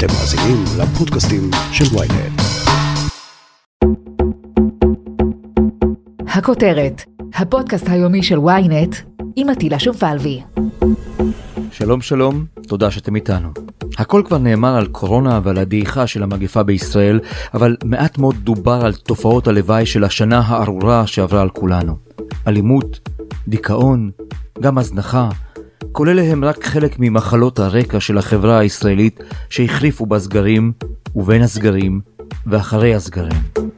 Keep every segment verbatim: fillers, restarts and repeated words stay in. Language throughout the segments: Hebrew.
אתם מאזינים לפודקאסטים של וויינט. הכותרת, הפודקאסט היומי של וויינט עם עטילה שומפלבי. שלום שלום, תודה שאתם איתנו. הכל כבר נאמר על קורונה ועל הדעיכה של המגפה בישראל, אבל מעט מאוד דובר על תופעות הלוואי של השנה הארורה שעברה על כולנו. אלימות, דיכאון, גם הזנחה, כל אלה הם רק חלק ממחלות הרקע של החברה הישראלית שהחריפו בסגרים ובין הסגרים ואחרי הסגרים.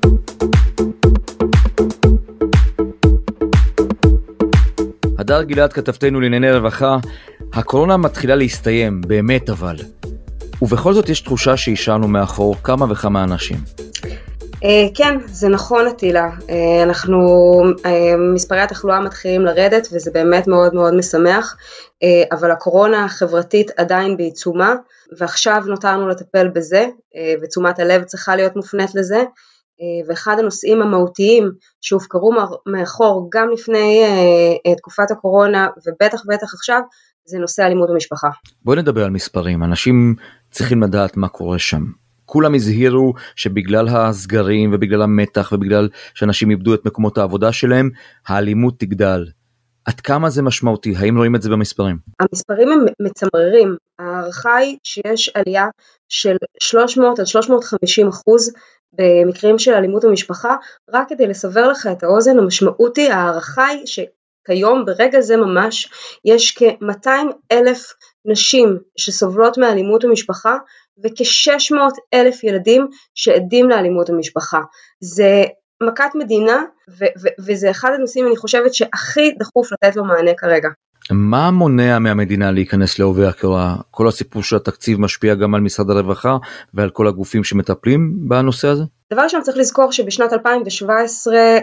הדר גלעד, כתבתנו לענייני רווחה, הקורונה מתחילה להסתיים, באמת אבל. ובכל זאת יש תחושה שהשארנו מאחור כמה וכמה אנשים. כן, זה נכון עטילה. אנחנו, מספרי התחלואה מתחילים לרדת וזה באמת מאוד מאוד משמח, אבל הקורונה החברתית עדיין בעיצומה, ועכשיו נותרנו לטפל בזה, ותשומת הלב צריכה להיות מופנית לזה, ואחד הנושאים המהותיים שהופקרו מאחור גם לפני תקופת הקורונה, ובטח בטח עכשיו, זה נושא אלימות במשפחה. בואי נדבר על מספרים, אנשים צריכים לדעת מה קורה שם. כולם הזהירו שבגלל הסגרים ובגלל המתח ובגלל שאנשים איבדו את מקומות העבודה שלהם, האלימות תגדל. עד כמה זה משמעותי? האם רואים את זה במספרים? המספרים הם מצמררים. הערכה היא שיש עלייה של שלוש מאות עד שלוש מאות וחמישים אחוז במקרים של אלימות במשפחה. רק כדי לסבר לך את האוזן, המשמעות היא, הערכה היא שכיום ברגע זה ממש יש כ-מאתיים אלף נשים שסובלות מאלימות במשפחה, וכ-שש מאות אלף ילדים שעדים לאלימות במשפחה. זה מכת מדינה, ו- ו- וזה אחד הנושאים, אני חושבת, שהכי דחוף לתת לו מענה כרגע. מה מונע מהמדינה להיכנס לעובי הקורה? כל הסיפור של התקציב משפיע גם על משרד הרווחה, ועל כל הגופים שמטפלים בנושא הזה? דבר ראשון, צריך לזכור שבשנת אלפיים שבע עשרה, אה,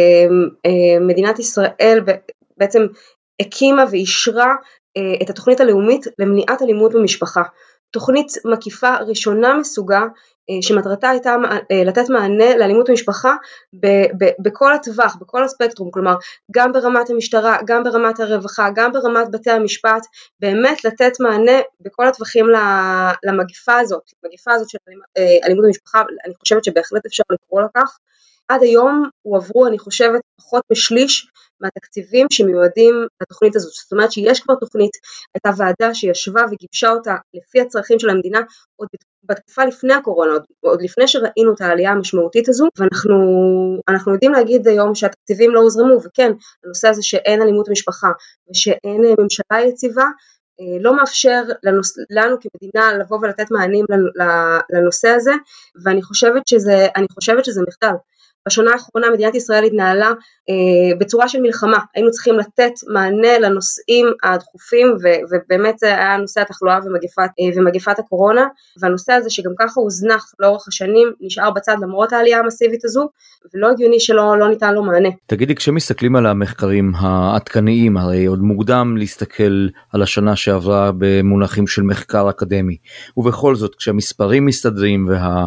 אה, מדינת ישראל בעצם הקימה ואישרה אה, את התוכנית הלאומית למניעת אלימות במשפחה. תוכנית מקיפה ראשונה מסוגה, שמטרתה הייתה לתת מענה לאלימות במשפחה ב- ב- בכל הטווח, בכל הספקטרום, כלומר גם ברמת המשטרה, גם ברמת הרווחה, גם ברמת בתי המשפט, באמת לתת מענה בכל הטווחים למגיפה הזאת, למגיפה הזאת של אלימות במשפחה. אני חושבת שבהחלט אפשר לקרוא לכך. עד היום הועברו, אני חושבת, פחות משליש מהתקציבים שמיועדים לתוכנית הזאת. זאת אומרת שיש כבר תוכנית, הייתה ועדה שישבה וגיבשה אותה לפי הצרכים של המדינה, עוד בתקופה לפני הקורונה, עוד, עוד לפני שראינו את העלייה המשמעותית הזו, ואנחנו אנחנו יודעים להגיד היום שהתקציבים לא הוזרמו, וכן, הנושא הזה שאין אלימות במשפחה, ושאין ממשלה יציבה, לא מאפשר לנוס, לנו כמדינה לבוא ולתת מענים לנושא הזה, ואני חושבת שזה, אני חושבת שזה מחדל. בשנה האחרונה מדינת ישראל התנהלה אה, בצורה של מלחמה, היינו צריכים לתת מענה לנושאים הדחופים, ו- ובאמת זה היה נושא התחלואה ומגפת, אה, ומגפת הקורונה, והנושא הזה שגם ככה הוזנח לאורך השנים, נשאר בצד למרות העלייה המסיבית הזו, ולא הגיוני שלא לא ניתן לו מענה. תגידי, כשמסתכלים על המחקרים העדכניים, הרי עוד מוקדם להסתכל על השנה שעברה במונחים של מחקר אקדמי, ובכל זאת כשהמספרים מסתדרים וה...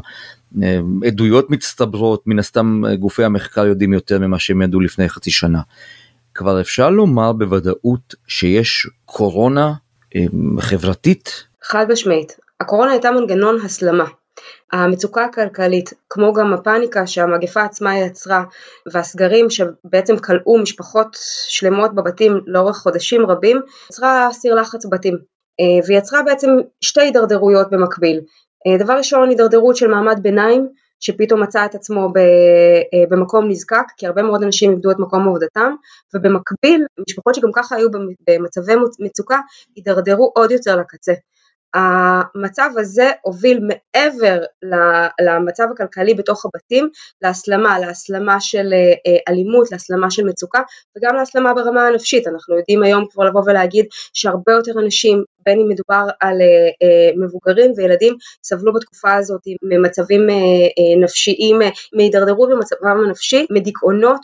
עדויות מצטברות, מן הסתם גופי המחקר יודעים יותר ממה שהם ידעו לפני חצי שנה. כבר אפשר לומר בוודאות שיש קורונה חברתית? חד משמעית. הקורונה הייתה מנגנון הסלמה. המצוקה הכלכלית, כמו גם הפאניקה שהמגפה עצמה יצרה, והסגרים שבעצם קלעו משפחות שלמות בבתים לאורך חודשים רבים, יצרה סיר לחץ בתים, ויצרה בעצם שתי הידרדרויות במקביל. דבר ראשון, הידרדרות של מעמד ביניים, שפתאום מצא את עצמו במקום נזקק, כי הרבה מאוד אנשים איבדו את מקום עבודתם, ובמקביל, משפחות שגם ככה היו במצבי מצוקה, הידרדרו עוד יותר לקצה. המצב הזה הוביל מעבר למצב הכלכלי בתוך הבתים, להסלמה, להסלמה של אלימות, להסלמה של מצוקה, וגם להסלמה ברמה הנפשית. אנחנו יודעים היום כבר לבוא ולהגיד שהרבה יותר אנשים, בין אם מדובר על מבוגרים וילדים, סבלו בתקופה הזאת ממצבים נפשיים, מהידרדרות במצבם הנפשי, מדיכאונות,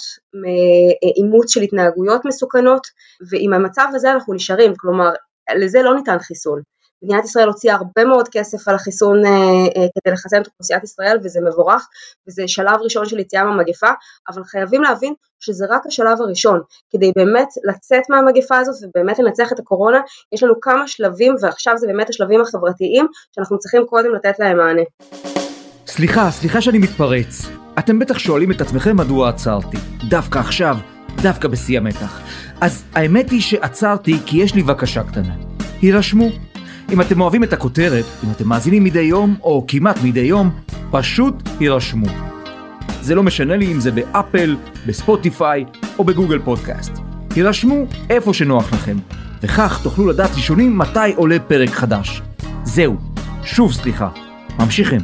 מאימוץ של התנהגויות מסוכנות, ועם המצב הזה אנחנו נשארים, כלומר, לזה לא ניתן חיסון. מדינת ישראל הוציאה הרבה מאוד כסף על החיסון כדי לחסן את אוכלוסיית ישראל, וזה מבורך, וזה שלב ראשון של יציאה מהמגפה, אבל חייבים להבין שזה רק השלב הראשון, כדי באמת לצאת מהמגפה הזאת ובאמת לנצח את הקורונה, יש לנו כמה שלבים, ועכשיו זה באמת השלבים החברתיים, שאנחנו צריכים קודם לתת להם מענה. סליחה, סליחה שאני מתפרץ. אתם בטח שואלים את עצמכם מדוע עצרתי. דווקא עכשיו, דווקא בשיא המתח. אז האמת היא שעצרתי כי יש לי בקשה קטנה. הירשמו. אם אתם אוהבים את הכותרת, אם אתם מאזינים מדי יום או כמעט מדי יום, פשוט הירשמו. זה לא משנה לי אם זה באפל, בספוטיפיי או בגוגל פודקאסט. הירשמו איפה שנוח לכם, וכך תוכלו לדעת ראשונים מתי עולה פרק חדש. זהו, שוב סליחה. ממשיכים.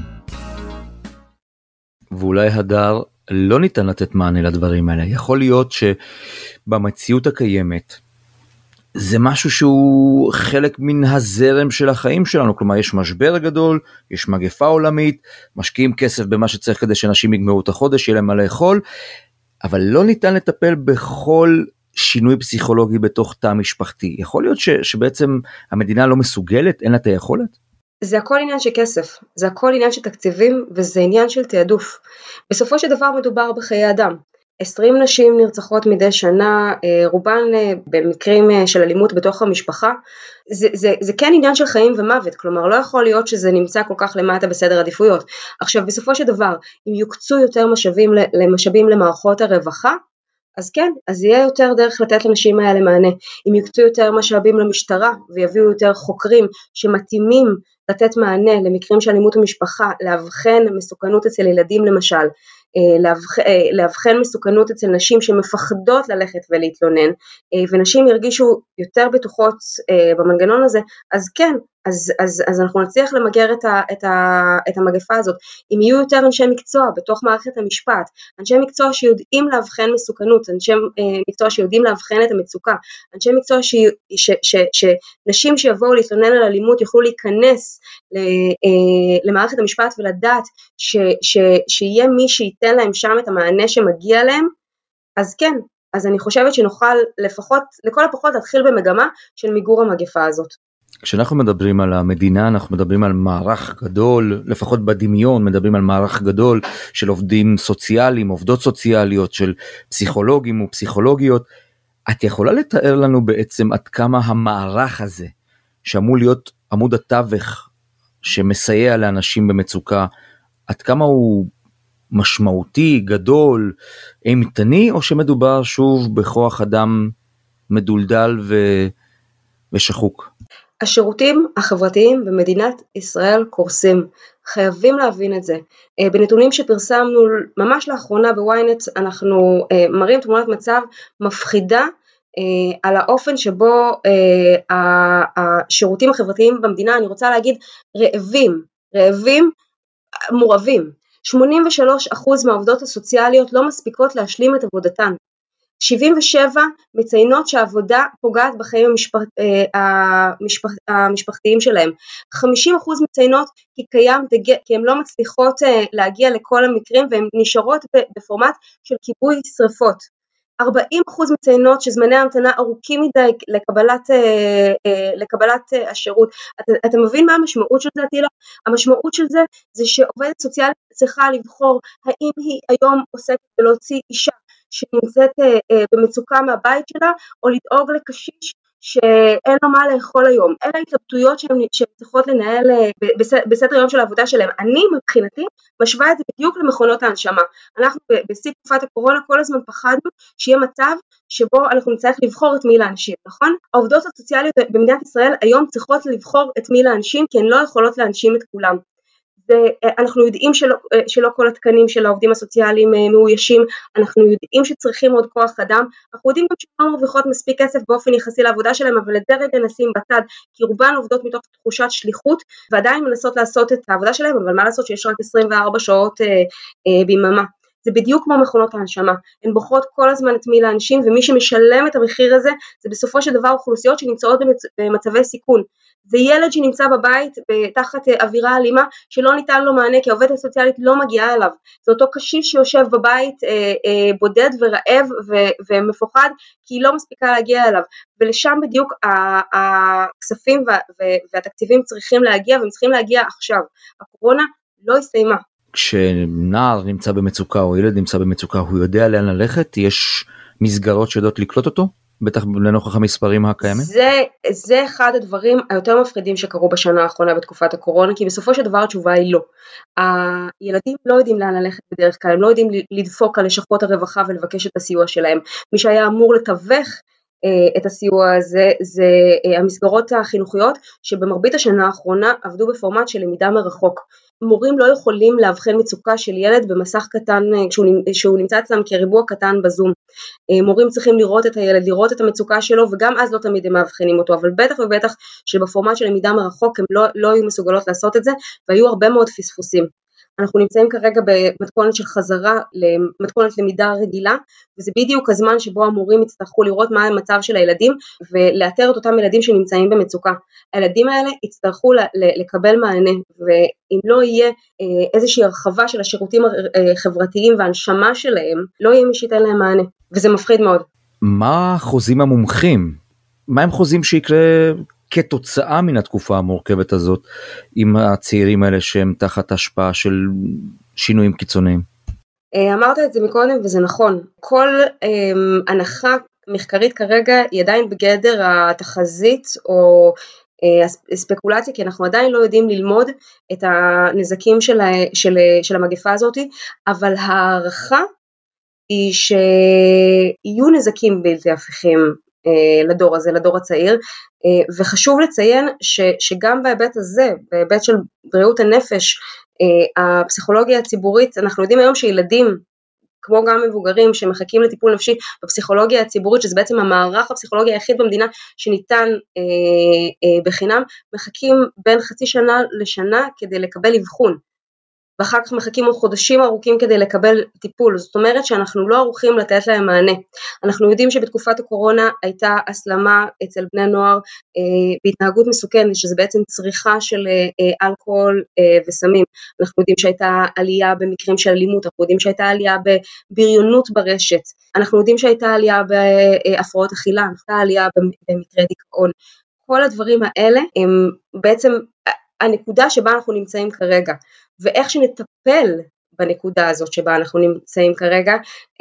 ואולי הדר לא ניתן לתת מענה לדברים האלה. יכול להיות שבמציאות הקיימת זה משהו שהוא חלק מן הזרם של החיים שלנו, כלומר יש משבר גדול, יש מגפה עולמית, משקיעים כסף במה שצריך כדי שאנשים יגמרו את החודש, יהיה להם מה לאכול, אבל לא ניתן לטפל בכל שינוי פסיכולוגי בתוך תא משפחתי. יכול להיות ש, שבעצם המדינה לא מסוגלת, אין לה את היכולת? זה הכל עניין של כסף, זה הכל עניין של תקציבים, וזה עניין של תעדוף. בסופו של דבר מדובר בחיי אדם. עשרים נשים נרצחות מדי שנה, רובן במקרים של אלימות בתוך המשפחה. זה, זה, זה כן עניין של חיים ומוות, כלומר לא יכול להיות שזה נמצא כל כך למטה בסדר עדיפויות. עכשיו בסופו של דבר, אם יוקצו יותר משאבים, למשאבים למערכות הרווחה, אז כן, אז יהיה יותר דרך לתת לנשים האלה מענה. אם יוקצו יותר משאבים למשטרה ויביאו יותר חוקרים שמתאימים לתת מענה למקרים של אלימות במשפחה, להבחן מסוכנות אצל ילדים למשל, להבחן מסוכנות אצל נשים שמפחדות ללכת ולהתלונן, ונשים ירגישו יותר בטוחות במנגנון הזה, אז כן, אז, אז, אז אנחנו נצליח למגר את, ה, את, ה, את המגפה הזאת. אם יהיו יותר אנשי מקצוע בתוך מערכת המשפט, אנשי מקצוע שיודעים להבחן מסוכנות, אנשי מקצוע שיודעים להבחן את המצוקה, אנשי מקצוע ש, ש, ש, ש, שנשים שיבואו להתלונן על אלימות יוכלו להיכנס למערכת המשפט ולדעת ש, ש, שיהיה מי שייתן להם שם את המענה שמגיע להם, אז כן, אז אני חושבת שנוכל לפחות, לכל הפחות להתחיל במגמה של מיגור המגפה הזאת. כשאנחנו מדברים על המדינה, אנחנו מדברים על מערך גדול, לפחות בדמיון מדברים על מערך גדול של עובדים סוציאליים, עובדות סוציאליות, של פסיכולוגים ופסיכולוגיות. את יכולה לתאר לנו בעצם עד כמה המערך הזה, שאמור להיות עמוד התווך שמסייע לאנשים במצוקה, עד כמה הוא משמעותי, גדול, אימתני, או שמדובר שוב בכוח אדם מדולדל ו... ושחוק? השירותים החברתיים במדינת ישראל קורסים, חייבים להבין את זה. בנתונים שפרסמנו ממש לאחרונה בוויינט, אנחנו מראים תמונת מצב מפחידה על האופן שבו השירותים החברתיים במדינה, אני רוצה להגיד רעבים, רעבים מורעבים. שמונים ושלושה אחוז מהעובדות הסוציאליות לא מספיקות להשלים את עבודתן. שבעים ושבע מציינות שהעבודה פוגעת בחיים המשפח, המשפח, המשפחתיים שלהם. חמישים אחוז מציינות כי קיים דגל, כי הן לא מצליחות להגיע לכל המקרים והן נשארות בפורמט של כיבוי שריפות. ארבעים אחוז מציינות שזמני ההמתנה ארוכים מדי לקבלת, לקבלת השירות. אתה, אתה מבין מה המשמעות של זה, תהילה? המשמעות של זה זה שעובדת סוציאלית צריכה לבחור האם היא היום עוסקת בלהוציא אישה שנמצאת במצוקה מהבית שלה, או לדאוג לקשיש שאין לו מה לאכול היום. אלה ההתלבטויות שהן צריכות לנהל בסדר יום של העבודה שלהם. אני מבחינתי משווה את זה בדיוק למכונות ההנשמה. אנחנו בשיא תקופת הקורונה כל הזמן פחדנו שיהיה מצב שבו אנחנו נצטרך לבחור את מי להנשים, נכון? העובדות הסוציאליות במדינת ישראל היום צריכות לבחור את מי להנשים, כי הן לא יכולות להנשים את כולם. אנחנו יודעים שלא, שלא כל התקנים של העובדים הסוציאליים מאוישים, אנחנו יודעים שצריכים עוד כוח אדם, אנחנו יודעים גם שלא מרוויחות מספיק כסף באופן יחסי לעבודה שלהם, אבל את זה רגע נשים בצד, כי רובן עובדות מתוך תחושת שליחות, ועדיין מנסות לעשות את העבודה שלהם, אבל מה לעשות שיש רק עשרים וארבע שעות אה, אה, ביממה. זה בדיוק כמו מכונות ההנשמה, הן בוחרות כל הזמן את מי לאנשים, ומי שמשלם את המחיר הזה, זה בסופו של דבר אוכלוסיות שנמצאות במצבי סיכון, זה ילד שנמצא בבית תחת אווירה אלימה, שלא ניתן לו מענה, כי העובדת הסוציאלית לא מגיעה אליו, זה אותו קשיש שיושב בבית אה, אה, בודד ורעב ו- ומפוחד, כי היא לא מספיקה להגיע אליו, ולשם בדיוק הכספים והתקציבים צריכים להגיע, והם צריכים להגיע עכשיו. הקורונה לא הסתיימה. כשנער נמצא במצוקה או ילד נמצא במצוקה, הוא יודע לאן ללכת? יש מסגרות שיודעות לקלוט אותו? בטח לנוכח המספרים הקיימים? זה, זה אחד הדברים היותר מפחידים שקרו בשנה האחרונה בתקופת הקורונה, כי בסופו של דבר התשובה היא לא. הילדים לא יודעים לאן ללכת בדרך כלל, הם לא יודעים לדפוק על לשכות הרווחה ולבקש את הסיוע שלהם. מי שהיה אמור לתווך את הסיוע הזה, זה המסגרות החינוכיות, שבמרבית השנה האחרונה עבדו בפורמט של למידה מרחוק. מורים לא יכולים להבחן מצוקה של ילד במסך קטן, שהוא נמצא אצלם כריבוע קטן בזום. מורים צריכים לראות את הילד, לראות את המצוקה שלו, וגם אז לא תמיד הם מאבחנים אותו, אבל בטח ובטח שבפורמט של למידה מרחוק הם לא, לא היו מסוגלות לעשות את זה, והיו הרבה מאוד פספוסים. אנחנו נמצאים כרגע במתכונת של חזרה למתכונת למידה רגילה, וזה בדיוק הזמן שבו המורים יצטרכו לראות מה המצב של הילדים, ולאתר את אותם ילדים שנמצאים במצוקה. הילדים האלה יצטרכו לקבל מענה, ואם לא יהיה איזושהי הרחבה של השירותים החברתיים וההנשמה שלהם, לא יהיה מי שייתן להם מענה, וזה מפחיד מאוד. מה חוזים המומחים? מה הם חוזים שיקרה כתוצאה מן התקופה המורכבת הזאת, עם הצעירים האלה שהם תחת השפעה של שינויים קיצוניים? אמרת את זה מקודם וזה נכון, כל אה, הנחה מחקרית כרגע היא עדיין בגדר התחזית או אה, ספקולציה, כי אנחנו עדיין לא יודעים ללמוד את הנזקים של, של, של המגפה הזאת, אבל הערכה היא שיהיו נזקים בלתי הפיכים לדור הזה, לדור הצעיר, וחשוב לציין ש, שגם בהיבט הזה, בהיבט של בריאות הנפש, הפסיכולוגיה הציבורית, אנחנו יודעים היום שילדים, כמו גם מבוגרים שמחכים לטיפול נפשי בפסיכולוגיה הציבורית, שזה בעצם המערך הפסיכולוגיה היחיד במדינה שניתן אה, אה, בחינם, מחכים בין חצי שנה לשנה כדי לקבל אבחון, ואחר כך מחכים עוד חודשים ארוכים כדי לקבל טיפול, זאת אומרת שאנחנו לא ערוכים לתת להם מענה. אנחנו יודעים שבתקופת הקורונה הייתה הסלמה אצל בני נוער אה, בהתנהגות מסוכנת, שזה בעצם צריכה של אה, אלכוהול אה, וסמים. אנחנו יודעים שהייתה עלייה במקרים של אלימות, אנחנו יודעים שהייתה עלייה בבריונות ברשת, אנחנו יודעים שהייתה עלייה בהפרעות אכילה, הייתה עלייה במקרי דיכאון. כל הדברים האלה הם בעצם הנקודה שבה אנחנו נמצאים כרגע, ואיך שנטפל בנקודה הזאת שבה אנחנו נמצאים כרגע,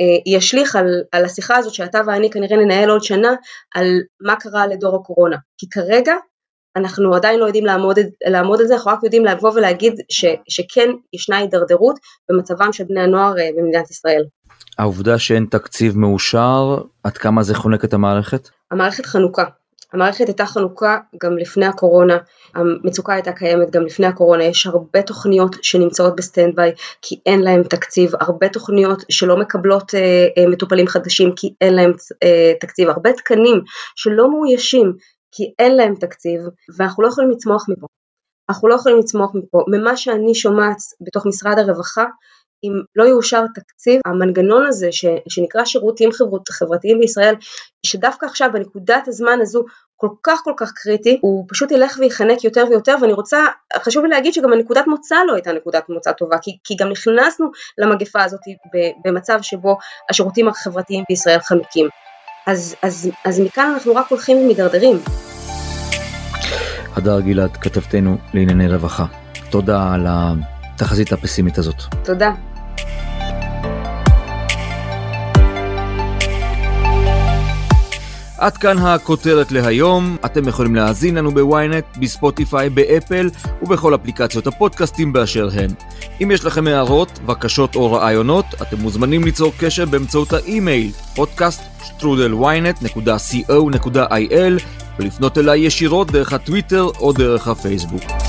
ישליך על, על השיחה הזאת שאתה ואני כנראה ננהל עוד שנה, על מה קרה לדור הקורונה, כי כרגע אנחנו עדיין לא יודעים לעמוד, לעמוד על זה, אנחנו רק יודעים לבוא ולהגיד ש, שכן ישנה הידרדרות במצבם של בני הנוער במדינת ישראל. העובדה שאין תקציב מאושר, עד כמה זה חונק את המערכת? המערכת חנוכה. המערכת הייתה חנוכה גם לפני הקורונה, המצוקה הייתה קיימת גם לפני הקורונה, יש הרבה תוכניות שנמצאות בסטנד ביי כי אין להם תקציב, הרבה תוכניות שלא מקבלות אה, אה, מטופלים חדשים כי אין להם אה, תקציב, הרבה תקנים שלא מאוישים כי אין להם תקציב, ואנחנו לא יכולים לצמוח מפה, אנחנו לא יכולים לצמוח מפה, ממה שאני שומעת בתוך משרד הרווחה, אם לא יאושר תקציב, המנגנון הזה ש, שנקרא שירותים חברות, חברתיים בישראל, שדווקא עכשיו בנקודת הזמן הזו כל כך כל כך קריטי, הוא פשוט ילך ויחנק יותר ויותר, ואני רוצה, חשוב לי להגיד שגם הנקודת מוצא לא הייתה נקודת מוצא טובה, כי, כי גם נכנסנו למגפה הזאת במצב שבו השירותים החברתיים בישראל חנוקים. אז, אז, אז מכאן אנחנו רק הולכים ומדרדרים. הדר גלעד, כתבתנו לענייני רווחה. תודה על התחזית הפסימית הזאת. תודה. עד כאן הכותרת להיום. אתם יכולים להאזין לנו בוויינט, בספוטיפיי, באפל ובכל אפליקציות הפודקאסטים באשר הן. אם יש לכם הערות, בקשות או רעיונות, אתם מוזמנים ליצור קשר באמצעות האימייל פודקאסט שטרודל וויינט נקודה קו נקודה איי אל ולפנות אליי ישירות דרך הטוויטר או דרך הפייסבוק.